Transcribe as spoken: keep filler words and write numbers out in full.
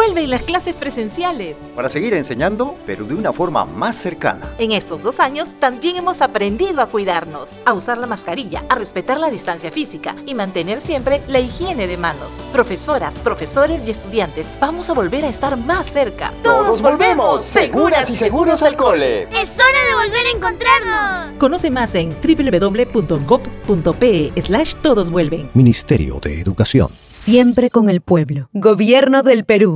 Vuelven las clases presenciales. Para seguir enseñando, pero de una forma más cercana. En estos dos años también hemos aprendido a cuidarnos, a usar la mascarilla, a respetar la distancia física y mantener siempre la higiene de manos. Profesoras, profesores y estudiantes, vamos a volver a estar más cerca. ¡Todos volvemos! ¡Seguras y seguros al cole! ¡Es hora de volver a encontrarnos! Conoce más en doble u doble u doble u punto gob punto pe slash todos vuelven. Ministerio de Educación. Siempre con el pueblo. Gobierno del Perú.